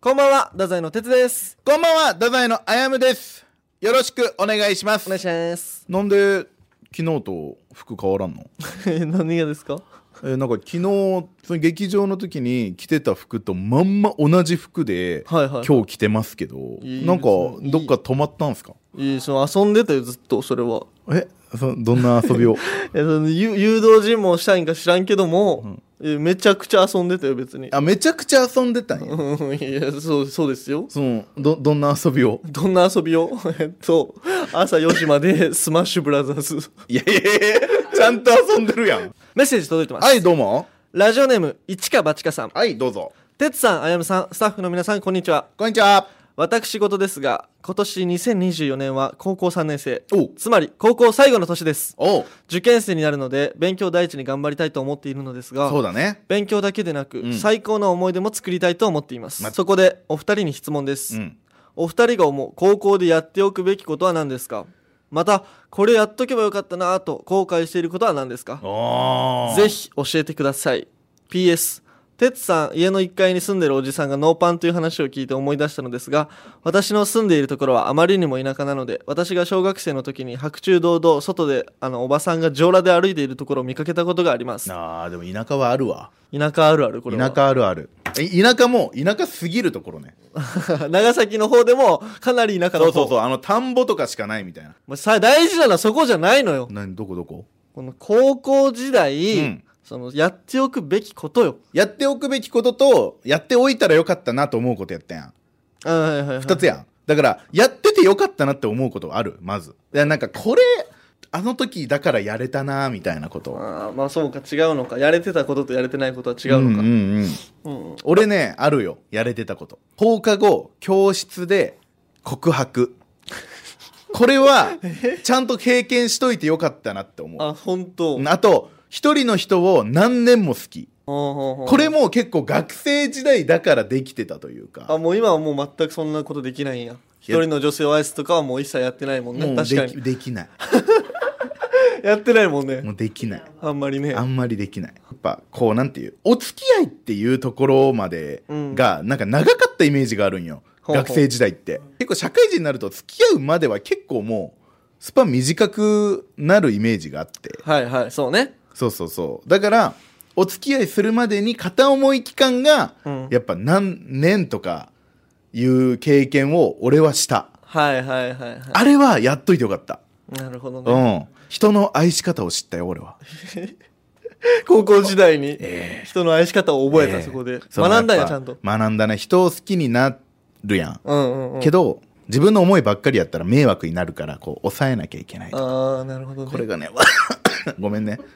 こんばんは、太宰の哲です。 こんばんは、太宰のあやむです。よろしくお願いします。 お願いします。 なんで昨日と服変わらんの？ 何がですか？ なんか昨日その劇場の時に着てた服とまんま同じ服で、 はいはい、 今日着てますけど、なんかどっか泊まったんすか？ その遊んでたよ、ずっと。それはどんな遊びを？ その誘導尋問したいんか知らんけども、めちゃくちゃ遊んでたよ、別に。 めちゃくちゃ遊んでたんや。 いや、そうですよ。 どんな遊びを？ どんな遊びを？朝4時までスマッシュブラザーズ。 いやちゃんと遊んでるやん。 メッセージ届いてます。 はい、どうも。 ラジオネームいちかばちかさん。 はい、どうぞ。 てつさん、あやむさん、スタッフの皆さん、こんにちは。 こんにちは。 私事ですが、今年2024年は高校3年生、 おつまり高校最後の年です。 お受験生になるので勉強第一に頑張りたいと思っているのですが、 そうだね。 勉強だけでなく、最高の思い出も作りたいと思っています。そこでお二人に質問です、お二人が思う高校でやっておくべきことは何ですか？またこれやっとけばよかったなと後悔していることは何ですか？ぜひ教えてください。 PS、てつさん、家の1階に住んでるおじさんがノーパンという話を聞いて思い出したのですが、私の住んでいるところはあまりにも田舎なので、私が小学生の時に白昼堂々外でおばさんが上裸で歩いているところを見かけたことがあります。 でも田舎はあるわ。 田舎あるある。これは田舎あるある。田舎も田舎すぎるところね。 長崎の方でもかなり田舎の方。 そう田んぼとかしかないみたいな。 大事なのはそこじゃないのよ。 どここの高校時代、やっておくべきことよ。 やっておくべきことと、やっておいたらよかったなと思うことやったやん。二つやん。だからやっててよかったなって思うことある？まずなんかこれあの時だからやれたなみたいなこと。 そうか、違うのか。やれてたこととやれてないことは違うのか。 俺ね、あるよ、やれてたこと。放課後教室で告白。これはちゃんと経験しといてよかったなって思う。 本当。 あと一人の人を何年も好き。これも結構学生時代だからできてたというか。 もう今はもう全くそんなことできないんや。一人の女性を愛すとかはもう一切やってないもんね。 もう確かにできない。 やってないもんね。 もうできない。 あんまりね。 あんまりできない。やっぱこうなんていう、お付き合いっていうところまでがなんか長かったイメージがあるんよ。学生時代って結構社会人になると付き合うまでは結構もうスパン短くなるイメージがあって。 そうね。 そうだからお付き合いするまでに片思い期間がやっぱ何年とかいう経験を俺はした。あれはやっといてよかった。 なるほどね。 人の愛し方を知ったよ俺は。 高校時代に人の愛し方を覚えた。そこで学んだんや。ちゃんと学んだね。人を好きになるやん、けど自分の思いばっかりやったら迷惑になるからこう抑えなきゃいけないと。 なるほどね。 これがねごめんね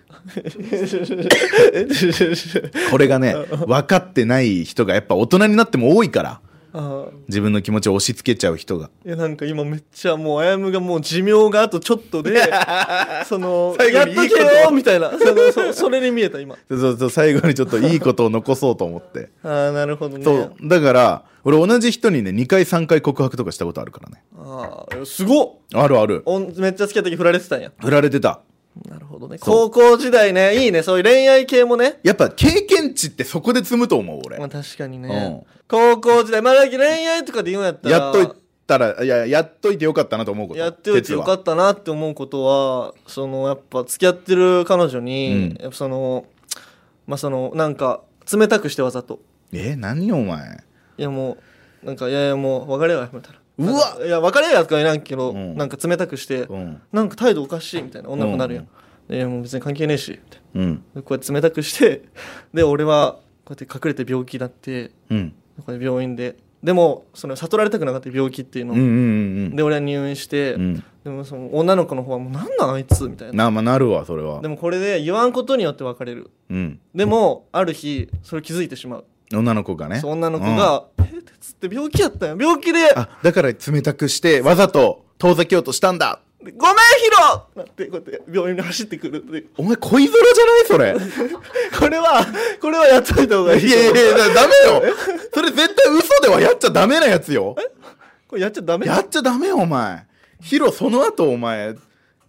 これがね分かってない人がやっぱ大人になっても多いから、自分の気持ちを押し付けちゃう人が。 なんか今めっちゃもうあやむがもう寿命があとちょっとでやっとけよみたいなそれに見えた今。 最後にちょっといいことを残そうと思って。 なるほどね。 だから俺同じ人にね2回3回告白とかしたことあるからね。 すごっ。 ある。 めっちゃ好きな時振られてたんや。 振られてた。 なるほどね。高校時代ね、いいね。そういう恋愛系もね、 やっぱ経験値ってそこで積むと思う俺。 確かにね、高校時代恋愛とかで言うんやったらやっといたらやっといてよかったなと思うこと。 やっておいてよかったなって思うことは、やっぱ付き合ってる彼女に、やっぱなんか冷たくしてわざと。 何お前。 いやもうなんかもう別れよやめたら。 うわ、 いや別れやとか言わんけど、なんか冷たくして、なんか態度おかしいみたいな女の子になるやん。いやもう別に関係ねえしみたいな、こうやって冷たくしてで俺はこうやって隠れて病気になって、これ病院ででも悟られたくなかった病気っていうの、で俺は入院して、でも女の子の方はもうなんなんあいつみたいな。 なるわそれは。 でもこれで言わんことによって別れる、でもある日それ気づいてしまう。 女の子がね。 女の子が鉄って病気やったんや。病気でだから冷たくしてわざと遠ざけようとしたんだ。 ごめんヒロなってこうやって病院に走ってくるって。 お前恋空じゃないそれこれはやっといた方がいい。 いやダメよそれ絶対嘘ではやっちゃダメなやつよ。 これやっちゃダメ。 やっちゃダメよお前。ヒロその後お前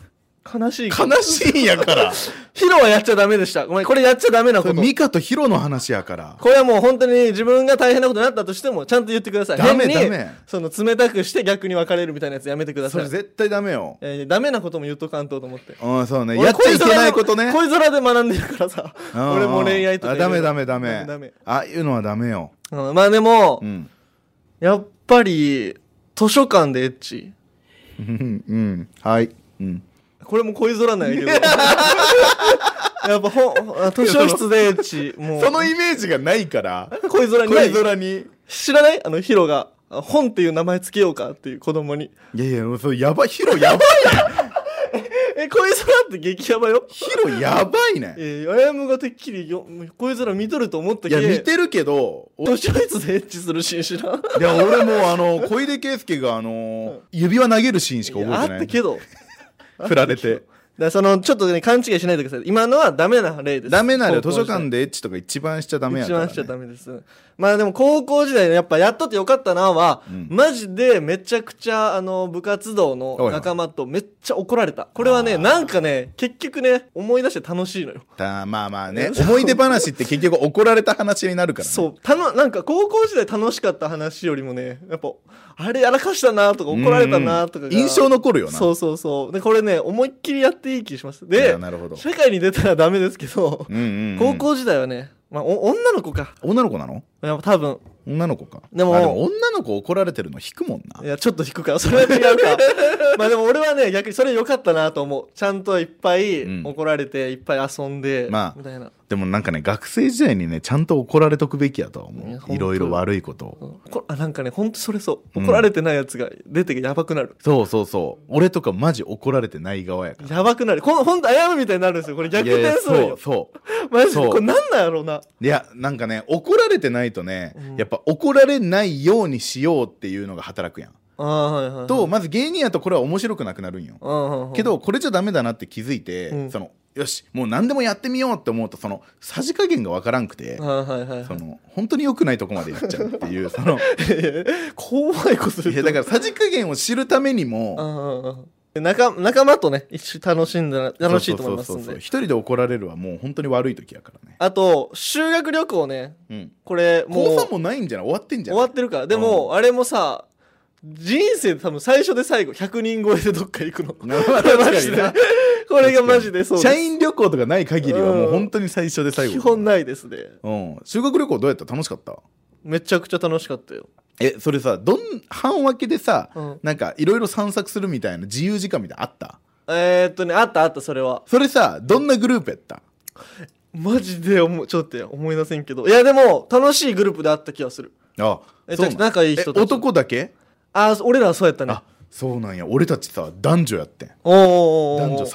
悲しいんやからヒロはやっちゃダメでした。ごめん、これやっちゃダメなこと。 ミカとヒロの話やから。 これはもう本当に自分が大変なことになったとしてもちゃんと言ってください。 ダメ変にその冷たくして逆に別れるみたいなやつやめてください。 それ絶対ダメよ。 ダメなことも言っとかんと思って。 そうね、やっちゃいけないことね。 恋空で学んでるからさ俺も恋愛とかダメああいうのはダメよ。 まあでも、やっぱり図書館でエッチはい、 これも恋空なんやけどやっぱ図書室でエッチもうそのイメージがないから恋空に知らない？ヒロが本っていう名前つけようかっていう子供に。 いやそれやばい。ヒロやばい恋空って激ヤバよ。 ヒロやばいね。 あやむがてっきり恋空見とると思ったけど。 いや見てるけど図書室でエッチするシーン知らん。 いや俺も小出圭介が指輪投げるシーンしか覚えてない。 あったけど振られてちょっとね勘違いしないでください。今のはダメな例です。 ダメな例。図書館でエッチとか一番しちゃダメやから、ね、 一番しちゃダメです。まあでも高校時代やっぱやっとってよかったなは、マジでめちゃくちゃ部活動の仲間とめっちゃ怒られた。これはねなんかね結局ね思い出して楽しいのよ。 まあね思い出話って結局怒られた話になるからね。 そうなんか高校時代楽しかった話よりもねやっぱあれやらかしたなとか怒られたなとかが印象残るよな。 そうでこれね思いっきりやっていい気します。でなるほど。 社会に出たらダメですけど、高校時代はねまあ、女の子か。 女の子なの？ いや多分女の子か。 でも女の子怒られてるの引くもんな。 いやちょっと引くからそれは違うかまあでも俺はね逆にそれ良かったなと思う。ちゃんといっぱい怒られて、いっぱい遊んで、みたいな。 でもなんかね学生時代にねちゃんと怒られとくべきやとは思う。いろいろ悪いことを、 なんかねほんとそれ怒られてないやつが出てやばくなる。 そう俺とかマジ怒られてない側やからやばくなる。ほんと謝るみたいになるんですよ。これ逆転するよ。そうマジでこれなんなんやろうな。 いやなんかね怒られてないとね、やっぱ怒られないようにしようっていうのが働くやん。とまず芸人やとこれは面白くなくなるんよ。けどこれじゃダメだなって気づいて、よしもう何でもやってみようって思うとさじ加減がわからんくて、本当に良くないとこまでいっちゃうっていう怖いこと言う。 だからさじ加減を知るためにも仲間とね一緒に楽しいと思いますんで。 一人で怒られるはもう本当に悪い時やからね。 あと修学旅行ね、これもう高3もないんじゃない？終わってんじゃん。 終わってるから。でも、あれもさ人生で多分最初で最後100人超えでどっか行くのマジでこれがマジでそうです。 社員旅行とかない限りはもう本当に最初で最後、 基本ないですね。 修学旅行どうやった？楽しかった？ めちゃくちゃ楽しかったよ。 それさ半分けでさ、なんかいろいろ散策するみたいな自由時間みたいなあった？ あったそれは。 それさどんなグループやった？ マジでちょっと思い出せんけど、いやでも楽しいグループであった気がする。仲いい人たち。 男だけ？ 俺らはそうやったね。 そうなんや。俺たちさ男女やってん。男女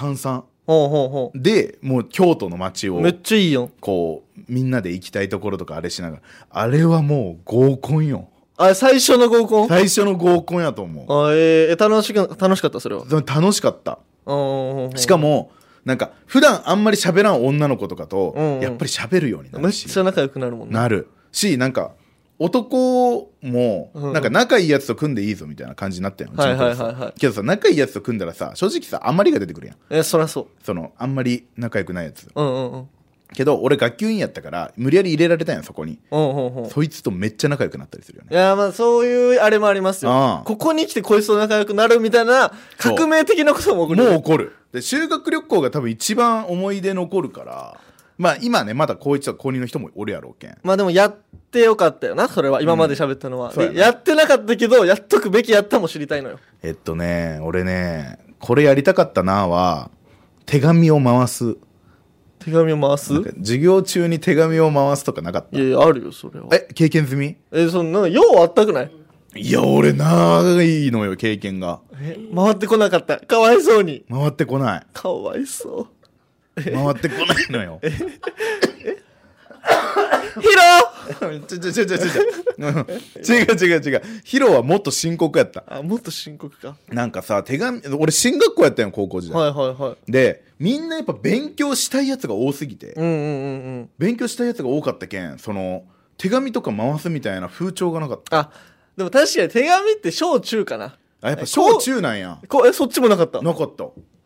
33でもう京都の街をめっちゃいいよ。 こうみんなで行きたいところとかあれしながら、あれはもう合コンよ。 最初の合コン？ 最初の合コンやと思う。 楽しかったそれは。 楽しかった。しかもなんか普段あんまり喋らん女の子とかとやっぱり喋るようになるし、 めっちゃ仲良くなるもんね。 なるし、なんか男もなんか仲いいやつと組んでいいぞみたいな感じになったよ。けどさ仲いいやつと組んだらさ正直さあんまりが出てくるやん。 そりゃそう。 あんまり仲良くないやつ。けど俺学級委員やったから無理やり入れられたんやそこに。そいつとめっちゃ仲良くなったりするよね。 いやまあそういうあれもありますよ。ここに来てこいつと仲良くなるみたいな革命的なことも起こる。 もう起こる。で修学旅行が多分一番思い出残るから。まあ今ねまだ高1とか高2の人もおるやろうけん。 まあでもやってよかったよなそれは。今まで喋ったのは、やってなかったけどやっとくべきやったも知りたいのよ。 俺ねこれやりたかったなは手紙を回す。 手紙を回す？ 授業中に手紙を回すとかなかった？ いやあるよそれは。 経験済み？ そんなようあったくない？ いや俺ないのよ経験が。 回ってこなかった。かわいそうに。 回ってこない。 かわいそう。 回ってこないのよ。 ヒロ違うヒロはもっと深刻やった。 もっと深刻か。 なんかさ俺進学校やったよ高校時代。でみんなやっぱ勉強したいやつが多すぎて、勉強したいやつが多かったけん手紙とか回すみたいな風潮がなかった。 でも確かに手紙って小中かな。 やっぱ小中なんや。 そっちもなかった？ なかった。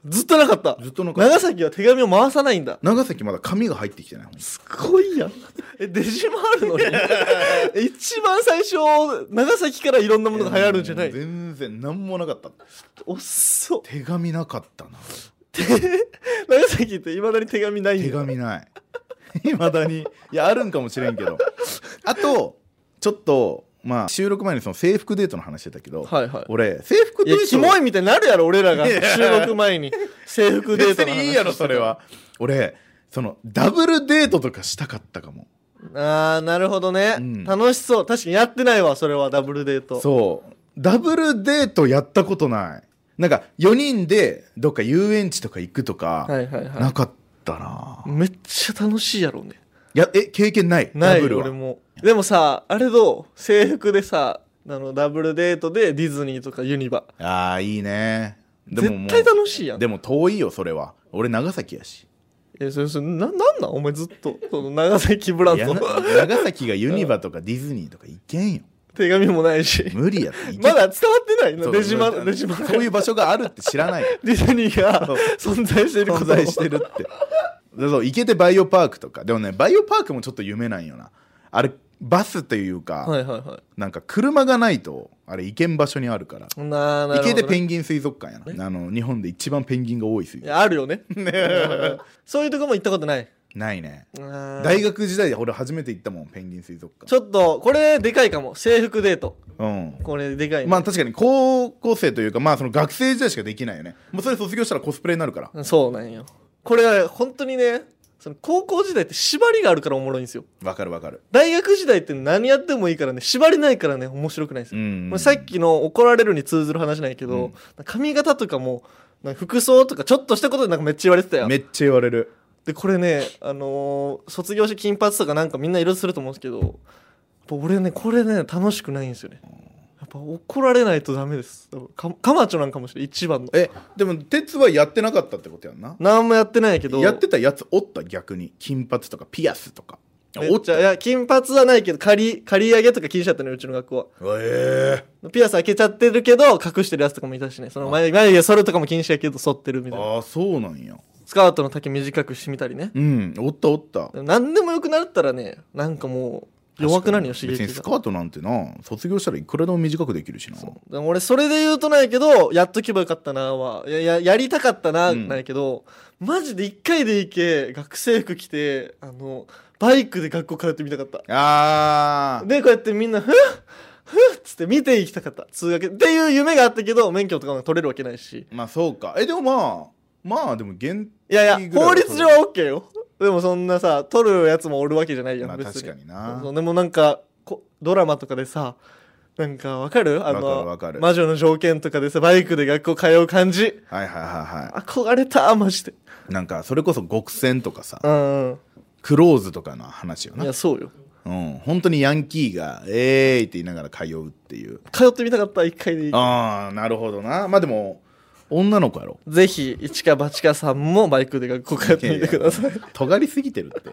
ずっとなかった。 ずっとなかった。 長崎は手紙を回さないんだ。 長崎まだ紙が入ってきてない。 すごいやん。デジもあるのに一番最初長崎からいろんなものが流行るんじゃない？ 全然何もなかった。 おっそ。 手紙なかったな。 長崎っていまだに手紙ないんだ。 手紙ないいまだに。いやあるんかもしれんけど。あとちょっとまあ収録前にその制服デートの話してたけど、 はいはい、 俺制服デート、 いやキモいみたいになるやろ俺らが収録前に制服デートの話。 別にいいやろそれは。俺そのダブルデートとかしたかったかも。 あーなるほどね、うん、楽しそう。確かにやってないわそれは。ダブルデート。 そうダブルデートやったことない。なんか4人でどっか遊園地とか行くとか、はいはいはい、なかったな。 めっちゃ楽しいやろうね。 いや経験ない。 ないダブルは。 俺も。でもさあれどう？制服でさダブルデートでディズニーとかユニバ。 あーいいね。でももう絶対楽しいやん。 でも遠いよそれは。俺長崎やし。 それなんなんお前ずっとその長崎ブランド。 長崎がユニバとかディズニーとか行けんよ。 手紙もないし無理やってまだ伝わってないの。出島そういう場所があるって知らない。 ディズニーが存在してること。 存在してるってそう行けてバイオパークとか。でもねバイオパークもちょっと夢なんよな。あれバスというか、はいはいはい、なんか車がないとあれ行けん場所にあるから。 なるほどね。 行けてペンギン水族館やな。日本で一番ペンギンが多い水族館。 あるよねそういうとこも行ったことない。 ないね。大学時代で俺初めて行ったもんペンギン水族館。 ちょっとこれでかいかも。制服デート、 うん、 これでかいね。 まあ確かに高校生というかまあその学生時代しかできないよね。もうそれ卒業したらコスプレになるから。 そうなんよ。これは本当にねその高校時代って縛りがあるからおもろいんですよ。 わかるわかる。 大学時代って何やってもいいからね縛りないからね面白くないんですよ、うんうん、さっきの怒られるに通ずる話ないけど、うん、髪型とかも服装とかちょっとしたことでなんかめっちゃ言われてたよ。 めっちゃ言われる。 でこれね卒業して金髪とかなんかみんないろいろすると思うんですけど俺ねこれね楽しくないんですよね。やっぱ怒られないとダメです。カマチョなんかもしれない一番の。 でも鉄はやってなかったってことやんな。 何もやってないけど。 やってたやつおった？逆に金髪とかピアスとかおった。いや金髪はないけど刈り上げとか気にしちゃったねうちの学校は。ピアス開けちゃってるけど隠してるやつとかもいたしね。その眉毛剃るとかも気にしちゃうけど剃ってるみたいな。 ああそうなんや。 スカートの丈短くしてみたりね。 うんおったおった。 何でもよくなったらねなんかもう弱くなるよ刺激が。 別にスカートなんてな卒業したらいくらでも短くできるしな。 でも俺それで言うとないけどやっとけばよかったなは やりたかったな、ないけどマジで1回で行け学生服着てバイクで学校通ってみたかった。でこうやってみんなふっっつって見ていきたかった通学っていう夢があったけど免許とかも取れるわけないし。 まあそうか。でもまあでもいや法律上は OK よ。でもそんなさ取るやつもおるわけじゃないやん、 まあ、 別に。 確かにな。 そうでもなんかドラマとかでさなんかわかる魔女の条件とかでさバイクで学校通う感じ。 はいはいはいはい。 憧れたマジで。 なんかそれこそ極戦とかさ、 うん、 クローズとかの話よな。 いやそうよ。 本当にヤンキーがって言いながら通うっていう。 通ってみたかった1回でいい。 ああなるほどな。まあでも女の子やろ。 ぜひ一か八かさんもバイクで学校通ってみてください。 尖りすぎてるって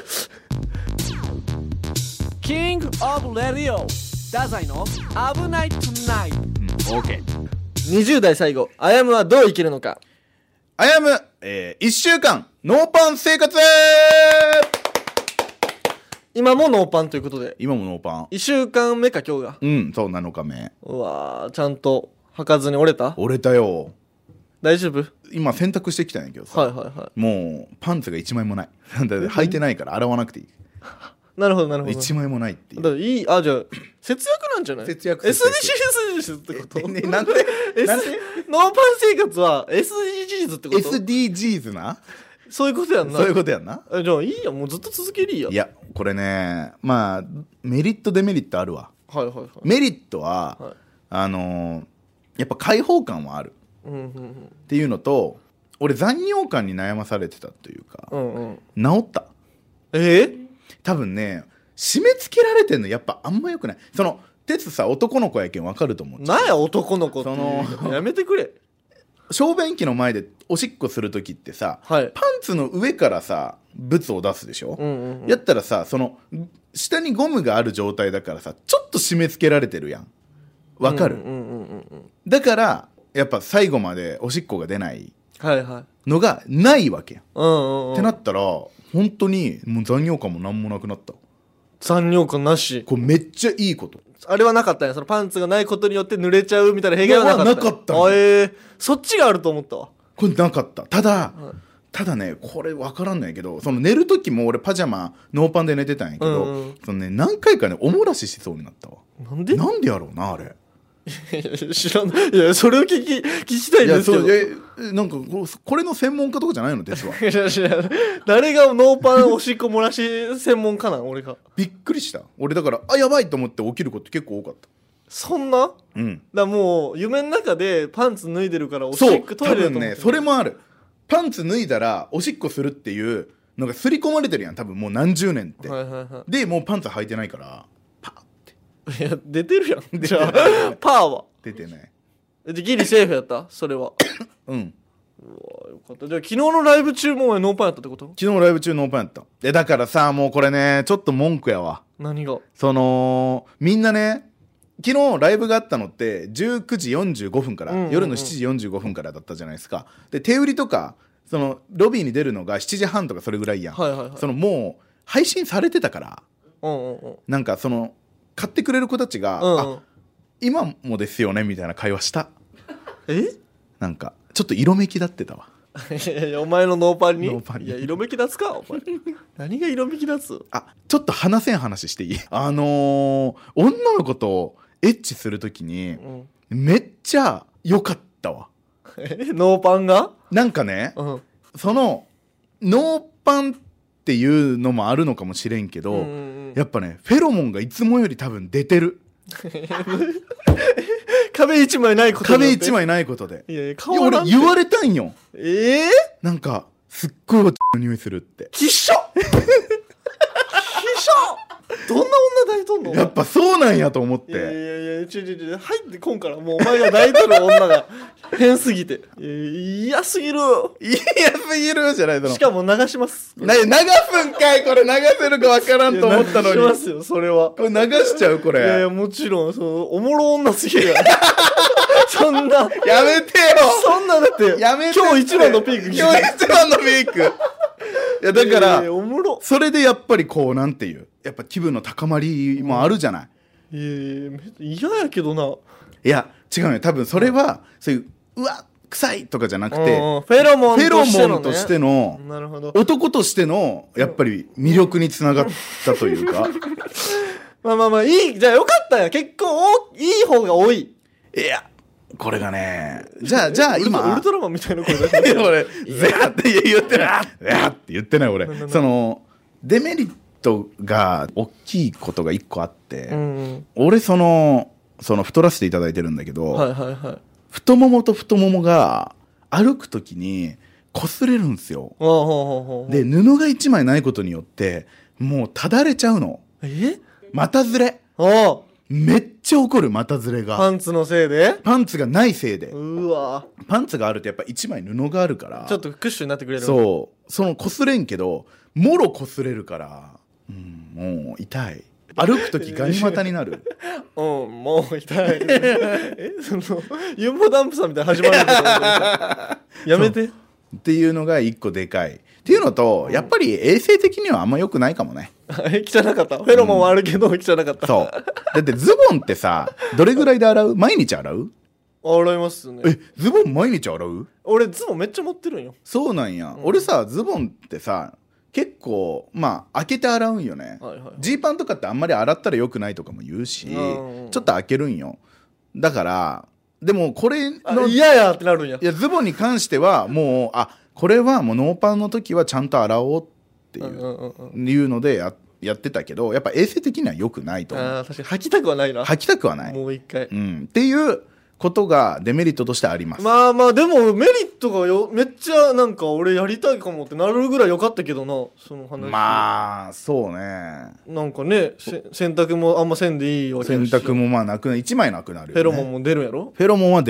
キングオブレディオ太宰の危ないトゥナイト。 OK。 20代最後あやむはどう生きるのか。 あやむ、1週間ノーパン生活。 今もノーパンということで。 今もノーパン。 1週間目か今日が。 そう7日目。 うわちゃんと履かずに折れたよ。 大丈夫？今洗濯してきたんやけどさ、 はいはいはい、 もうパンツが1枚もない。履いてないから洗わなくていい。 なるほどなるほど。 1枚もないっていう。 だからいい。じゃあ節約なんじゃない？ 節約 SDGs ってこと？ なんでノーパン生活は SDGs ってこと？ SDGs な。 そういうことやんな。 そういうことやんな。 じゃあいいやもうずっと続けりや。 いやこれねまあメリットデメリットあるわ。 はいはいはい。 メリットは、はい、やっぱ開放感はある、っていうのと俺残尿感に悩まされてたというか、治った。多分ね締め付けられてんのやっぱあんまよくない。その鉄さ男の子やけん分かると思う。 なんや男の子ってやめてくれ。 小便器の前でおしっこする時ってさ、 はい、 パンツの上からさブツを出すでしょ、やったらさその下にゴムがある状態だからさちょっと締め付けられてるやん。わかる？だからやっぱ最後までおしっこが出ないはいはい。 のがないわけやん、 うんうんうん、 ってなったら本当にもう残尿感もなんもなくなった。 残尿感なし。 これめっちゃいいこと。 あれはなかったんや、そのパンツがないことによって濡れちゃうみたいな弊害はなかった。 なかった。 そっちがあると思ったわ。 これなかった。ただね、これ分からんないけど、その寝る時も俺パジャマノーパンで寝てたんやけど、うんうん、そのね、何回かねおもらししそうになったわ。なんでやろうなあれ。 知らない。いや、それを聞きたいんですけど。いや、なんかこれの専門家とかじゃないのですわ。 誰がノーパンおしっこ漏らし専門家なん俺が。 びっくりした。俺だからやばいと思って起きること結構多かった。 そんな？ うん。 だもう夢の中でパンツ脱いでるからおしっこトイレだと思って。そう、多分ね、 それもある。パンツ脱いだらおしっこするっていうのが刷り込まれてるやん、多分もう何十年って、 はいはいはい、 でもうパンツ履いてないからパーって。いや出てるやん。じゃあパーは出てない。 でギリセーフやったそれは。 うん。 うわよかった。じゃあ昨日のライブ中もノーパンやったってこと？ 昨日のライブ中ノーパンやった。でだからさ、もうこれねちょっと文句やわ。 何が？ みんなね、昨日ライブがあったのって19時45分から、夜の7時45分からだったじゃないですか。で手売りとかそのロビーに出るのが7時半とかそれぐらいやん、 はいはいはい、 そのもう配信されてたから、 うんなんかその買ってくれる子たちが、あ、今もですよねみたいな会話した。なんかちょっと色めき立ってたわ。 いやお前のノーパンにいや色めき立つかお前。何が色めき立つ？ ちょっと話せん話していい？女の子とエッチするときに、めっちゃ良かったわ。 ノーパンが？ なんかね、そのノーパンっていうのもあるのかもしれんけど、やっぱねフェロモンがいつもより多分出てる。 壁一枚ないことで。 壁一枚ないことで。 いや俺言われたんよ。 なんかすっごいおっの匂いするって。 きっしょきっしょどんな女抱いとんの？ やっぱそうなんやと思って。 いや入ってこんから、もうお前が抱いてる女が変すぎて。嫌すぎるじゃないだろ。 しかも流します。 流すんかい。これ流せるかわからんと思ったのに。 流しますよそれは。 これ流しちゃうこれ。 いやもちろんおもろ女すぎるやん。そんなやめてよ。 そんなだってやめて。 今日一番のピーク。 今日一番のピーク。いやだからおもろ。 それでやっぱりこうなんていうやっぱ気分の高まりもあるじゃない。 嫌やけどな。 いや違うよ、多分それはそういううわ臭いとかじゃなくて、 フェロモンとしての、 なるほど、 男としてのやっぱり魅力につながったというか。 まあいい。じゃあよかったよ。結構いい方が多い。 いやこれがね、じゃあ今ウルトラマンみたいな声出してる。 俺ゼラって言ってないって言ってない俺。そのデメリットが大きいことが一個あって、俺その太らせていただいてるんだけど、太ももと太ももが歩くときに擦れるんですよ。で布が一枚ないことによってもうただれちゃうの。股ずれ。めっちゃ怒る。股ずれがパンツのせいで？ パンツがないせいで。 うわ。 パンツがあるとやっぱ一枚布があるからちょっとクッションになってくれる。 そうその擦れんけどもろ擦れるから、もう痛い。歩くときガニ股になる。 もう痛い。ユンボダンプさんみたいな始まることやめてっていうのが一個でかいっていうのと、やっぱり衛生的にはあんま良くないかもね。 汚かった。フェロモンはあるけど汚かった。 そうだってズボンってさどれぐらいで洗う？毎日洗う？ 洗いますね。 ズボン毎日洗う？ 俺ズボンめっちゃ持ってるんよ。そうなんや。俺さズボンってさ結構開けて洗うんよね。ジーパンとかってあんまり洗ったら良くないとかも言うし、ちょっと開けるんよ。だからでもこれの嫌やってなるんや。 いやズボンに関してはもうこれはもうノーパンの時はちゃんと洗おうっていうのでやってたけど、やっぱ衛生的には良くないと思う。 確かに履きたくはないな。 履きたくはない。 もう一回。 っていうことがデメリットとしてあります。 でもメリットがめっちゃなんか俺やりたいかもってなるぐらい良かったけどな、その話。 そうね。 なんかね洗濯もあんませんでいいわけだし。 洗濯もなくなる。1枚なくなるよね。 フェロモンも出るやろ。 フェロモンは出る。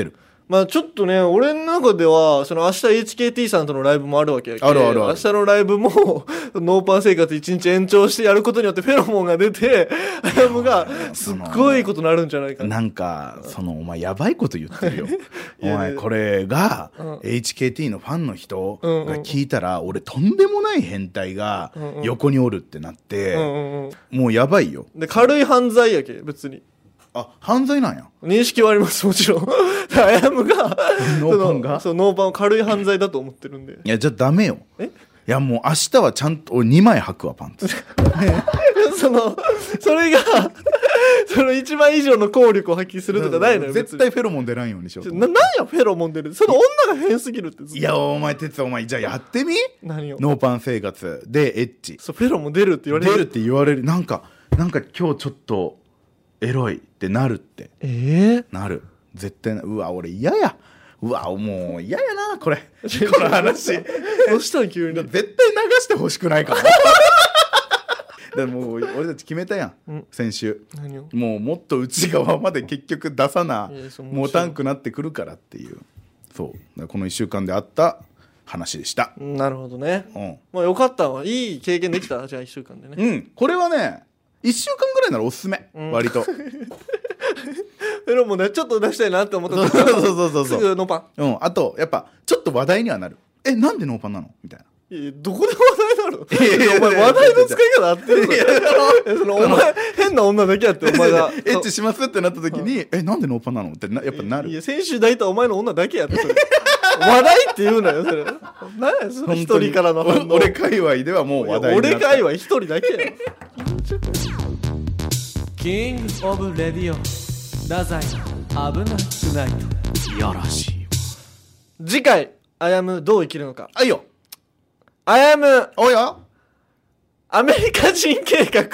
まあちょっとね俺の中ではその明日 HKT さんとのライブもあるわけやけど、 あるあるある。 明日のライブもノーパン生活1日延長してやることによってフェロモンが出てあやむがすっごいことになるんじゃないかな。 なんかお前やばいこと言ってるよお前これが HKT のファンの人が聞いたら俺とんでもない変態が横におるってなってもうやばいよ。 で軽い犯罪やけ別に。 あ、犯罪なんや。 認識はありますもちろんあやむがノーパンがそうノーパンを軽い犯罪だと思ってるんで。 いやじゃあダメよ。いやもう明日はちゃんと俺2枚履くわパンツそれがその1枚以上の効力を発揮するとかないのよ。 絶対フェロモン出ないようにしようと。 なんやフェロモン出る。その女が変すぎるって。 いやお前哲お前じゃあやってみ。 何を。 ノーパン生活でエッチ。 そうフェロモン出るって言われる。 出るって言われる。なんか今日ちょっとエロいってなるって。なる絶対な。うわ俺嫌や。うわもう嫌やなこの話どうしたの急に。 絶対流してほしくないからでもう俺たち決めたやん、先週。 何を。 もっと内側まで結局出さな持たんくなってくるからっていう。そうこの1週間であった話でした。 なるほどね、まあよかったわ。いい経験できたじゃあ1週間でね。 これはね1週間ぐらいならおすすめ、割とフェロモンねちょっと出したいなって思ったそうすぐノーパン。あとやっぱちょっと話題にはなる。なんでノーパンなのみたいな。 どこで話題なの。お前話題の使い方合ってるぞ。お前変な女だけやってお前がエッチしますってなった時になんでノーパンなのってやっぱなる。 いや先週大体お前の女だけやってそれ話題って言うなよそれ。何やその一人からの反応。 俺界隈ではもう話題になった。 俺界隈一人だけやろ。キングオブレディオ太宰の危なくないと。 よろしい。 次回あやむどう生きるのか。 あいよ。 あやむおやアメリカ人計画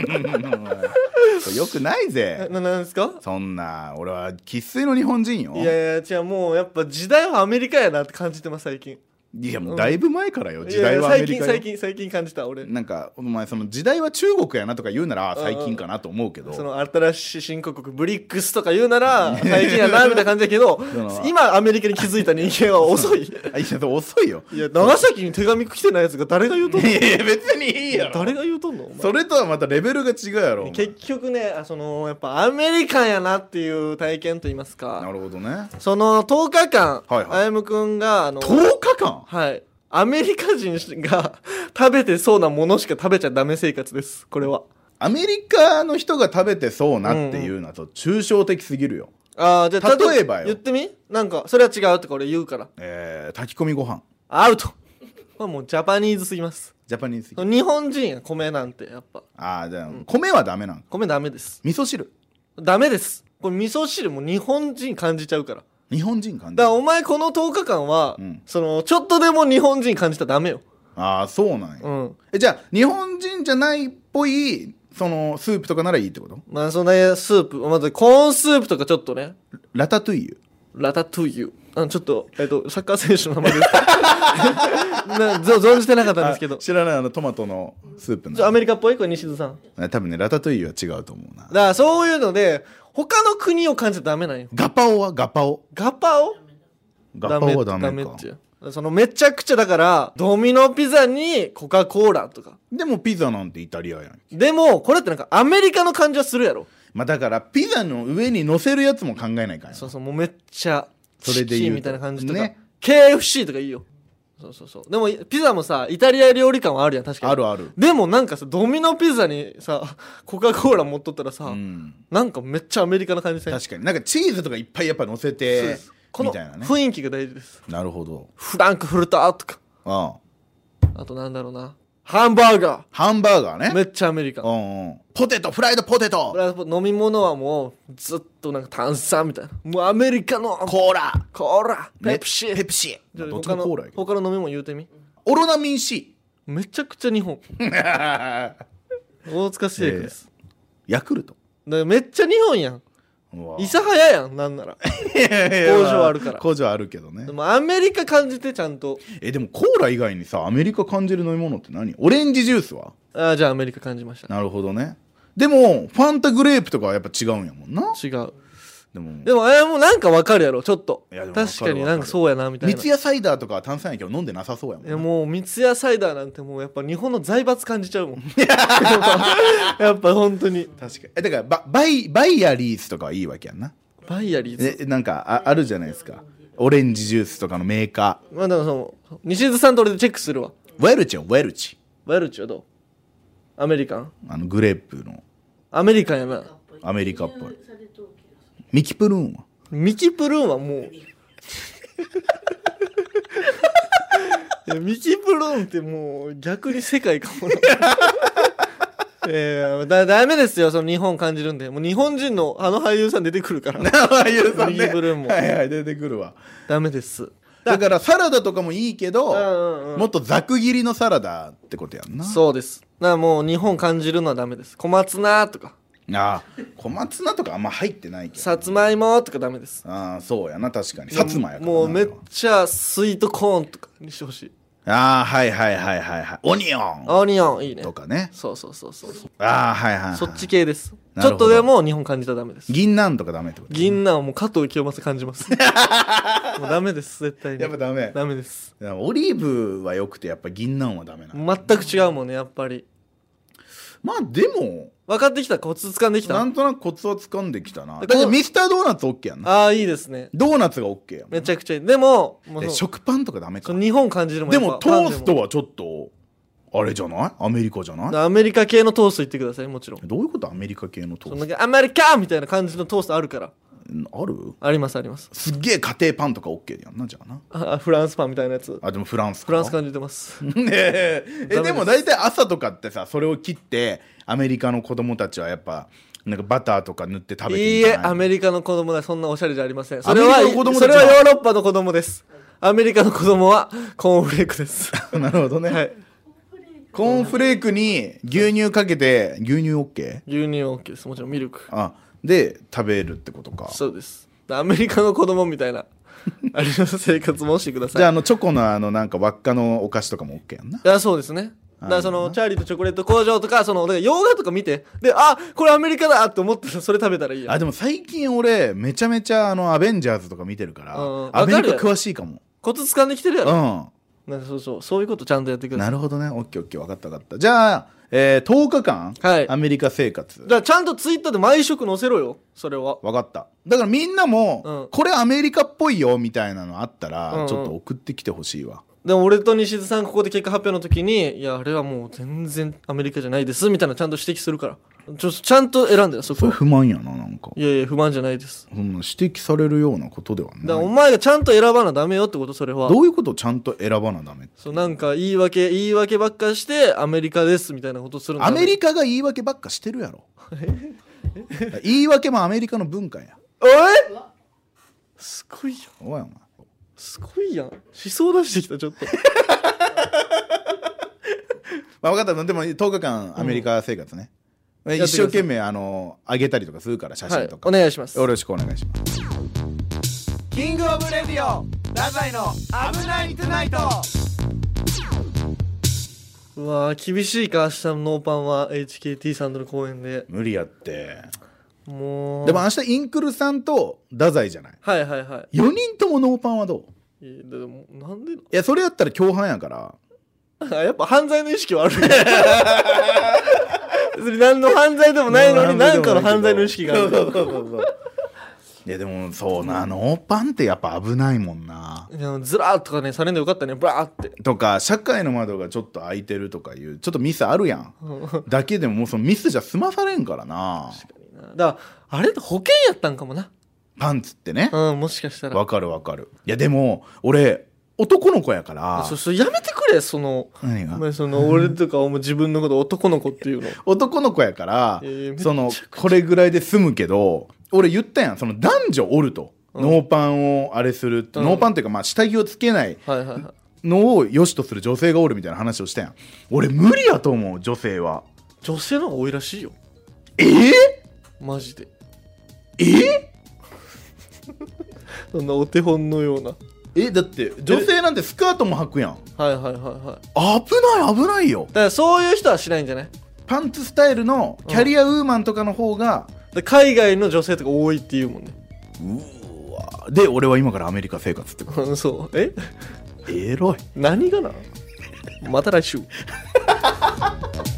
よくないぜ。 なんですか。 そんな俺は生粋の日本人よ。 いや違うもうやっぱ時代はアメリカやなって感じてます最近。 いやもうだいぶ前からよ、時代はアメリカよ。 最近感じた俺。 なんかお前その時代は中国やなとか言うなら最近かなと思うけど、 その新しい新興国ブリックスとか言うなら最近やなみたいな感じだけど今アメリカに気づいた人間は遅い。いや遅いよ。 いや長崎に手紙来てないやつが誰が言うとんの。 いや別にいいやろ。 誰が言うとんのお前。 それとはまたレベルが違うやろ。 結局ねやっぱアメリカンやなっていう体験と言いますか。 なるほどね。 その10日間、 はいはい、 あやむくんが 10日間はいアメリカ人が食べてそうなものしか食べちゃダメ生活です。これはアメリカの人が食べてそうなっていうのは抽象的すぎるよ。 じゃあ例えばよ言ってみ。なんかそれは違うとか俺言うから。 炊き込みご飯アウト。これもうジャパニーズすぎます。 ジャパニーズすぎる。 日本人や米なんてやっぱ。 じゃあ、米はダメなの。 米ダメです。 味噌汁ダメです。これ味噌汁も日本人感じちゃうから。 日本人感じる。 だからお前この10日間は、ちょっとでも日本人感じたらダメよ。 そうなんや。じゃあ日本人じゃないっぽいそのスープとかならいいってこと。 まあそんなスープまずコーンスープとかちょっとね。 ラタトゥイユちょっとサッカー選手の名前です存じてなかったんですけど。 知らないトマトのスープのアメリカっぽいこれ西津さん。 多分ねラタトゥイユは違うと思うな。 だからそういうので他の国を感じちゃダメなんよ。 ガパオはガパオはダメか。 そのめちゃくちゃだからドミノピザにコカ・コーラとか。 でもピザなんてイタリアやん。 でもこれってなんかアメリカの感じはするやろ。 だからピザの上に乗せるやつも考えないから。 そうもうめっちゃそれで言うとみたいな感じとか、 ね、 KFC とかいいよ。そうでもピザもさイタリア料理感はあるやん確かに。 ある。 でもなんかさドミノピザにさコカ・コーラ持っとったらさ、なんかめっちゃアメリカな感じせん。 確かになんかチーズとかいっぱいやっぱ乗せてみたいなね。 雰囲気が大事です。 なるほど。 フランクフルトとかあとなんだろうなハンバーガーね。めっちゃアメリカン。 ポテトフライドポテト。 飲み物はもうずっとなんか炭酸みたいなもうアメリカのコーラペプシどっちもコーラやけど。 他の飲み物言うてみ。 オロナミン C。 めちゃくちゃ日本大塚製薬です。 ヤクルトだからめっちゃ日本やん。諫早やんなんなら工場あるから。 工場あるけどね。 でもアメリカ感じてちゃんと。 でもコーラ以外にさアメリカ感じる飲み物って何？オレンジジュースは？ じゃあアメリカ感じました。 なるほどね。でもファンタグレープとかはやっぱ違うんやもんな。 違う。 でもあれもなんかわかるやろちょっと。 いやでも確かになんかそうやなみたいな。 三ツ矢サイダーとかは炭酸液を飲んでなさそうやもん。 いやもう三ツ矢サイダーなんてもうやっぱ日本の財閥感じちゃうもんやっぱ本当に確かに。だからバイヤリーズとかはいいわけやんな。 バイヤリーズなんか あるじゃないですか、オレンジジュースとかのメーカまあでもその西津さんと俺でチェックするわ。 ー。ウェルチはどう？アメリカン？ グレープのアメリカンやな。 アメリカっぽい。ミキプルーンはミキプルーンはもういやミキプルーンってもう逆に世界かもなダメですよその日本感じるんで。もう日本人の俳優さん出てくるから俳優さんね。 ミキプルーンもはいはい出てくるわ。 ダメです。 だからサラダとかもいいけど、もっとざく切りのサラダってことやんな。 そうです。だからもう日本感じるのはダメです。小松菜とか小松菜とかあんま入ってないけど、 さつまいもとかダメです。 そうやな確かに。さつまやからな。 もうめっちゃスイートコーンとかにしてほしい。 はいオニオンいいねとかね。 そうはいそっち系です。ちょっとでも日本感じたらダメです。 銀杏とかダメってこと？ 銀杏はもう加藤清正感じますもうダメです絶対に。 やっぱダメです。 オリーブはよくてやっぱ銀杏はダメなの。 全く違うもんねやっぱり。 まあでも分かってきた。コツ掴んできた。 なんとなくコツは掴んできたな。だってミスタードーナツ OK やんな。 いいですね。 ドーナツが OK やん。 めちゃくちゃいい。でも食パンとかダメか。 日本感じるもん。 でもトーストはちょっとあれじゃない？アメリカじゃない？ アメリカ系のトースト言ってくださいもちろん。 どういうこと？アメリカ系のトースト。 アメリカみたいな感じのトーストあるから。 ある？ ありますすっげえ家庭パンとか OK やんな。じゃあな。 フランスパンみたいなやつ。 でもフランス感じてますでも大体朝とかってさそれを切ってアメリカの子供たちはやっぱなんかバターとか塗って食べてるんじゃない？ いいえアメリカの子供はそんなおしゃれじゃありません。それはヨーロッパの子供です。アメリカの子供はコーンフレークですなるほどね、はい、コーンフレークに牛乳かけて牛乳 OK？ 牛乳 OK です。もちろんミルクで食べるってことか。 そうです。アメリカの子供みたいなあれの生活もしてください。 じゃあチョコのなんか輪っかのお菓子とかも OK やんな。 いやそうですね。だからチャーリーとチョコレート工場とかだから洋画とか見てでこれアメリカだって思ったらそれ食べたらいいやん。 でも最近俺めちゃめちゃアベンジャーズとか見てるから、アメリカ詳しいかも。 コツ掴んできてるやろ。なんかそういうことちゃんとやってください。 なるほどね。オッケー分かったじゃあ、10日間、アメリカ生活。 じゃあちゃんとツイッターで毎食載せろよそれは。 分かった。だからみんなも、これアメリカっぽいよみたいなのあったら、ちょっと送ってきてほしいわ。 でも俺と西津さんここで結果発表の時にいやあれはもう全然アメリカじゃないですみたいなちゃんと指摘するからちゃんと選んでよそこ。 それ不満やな。なんかいや不満じゃないです。 指摘されるようなことではない。 だからお前がちゃんと選ばなダメよってこと。それはどういうこと？ちゃんと選ばなダメ。 なんか言い訳ばっかしてアメリカですみたいなことするの。 アメリカが言い訳ばっかしてるやろ言い訳もアメリカの文化や。 すごいやん。 おいお前すごいやん。思想出してきたちょっと分かった。でも10日間アメリカ生活ね、一生懸命上げたりとかするから写真とか、 お願いします。 よろしくお願いします。 キングオブレディオ太宰の危ないトゥナイト。 うわ厳しいか明日のノーパンは HKT さんとの公演で。 無理やって。 もうでも明日インクルさんと太宰じゃない。 はい 4人ともノーパンはどう？ でもなんでいやそれやったら共犯やからやっぱ犯罪の意識はある別に何の犯罪でもないのに何かの犯罪の意識があるいやでもそうな、ノーパンってやっぱ危ないもんな。 いやずらーっとかねされんでよかったねバーってとか社会の窓がちょっと開いてるとかいうちょっとミスあるやんだけでももうそのミスじゃ済まされんからな。 確かにな。だからあれって保険やったんかもなパンツってね。 もしかしたらわかる。いやでも俺男の子やからやめてくれ何が俺とか自分のこと男の子っていうの男の子やからこれぐらいで済むけど俺言ったやん男女おると、ノーパンをあれするって、ノーパンっていうか下着をつけないのを良しとする女性がおるみたいな話をしたやん。俺無理やと思う。女性は女性の方が多いらしいよ。マジでそんなお手本のような。 だって女性なんてスカートも履くやん。危ないよ。 だからそういう人はしないんじゃない？ パンツスタイルのキャリアウーマンとかの方が、 海外の女性とか多いっていうもんね。 うわで俺は今からアメリカ生活ってことそうエロい何がなまた来週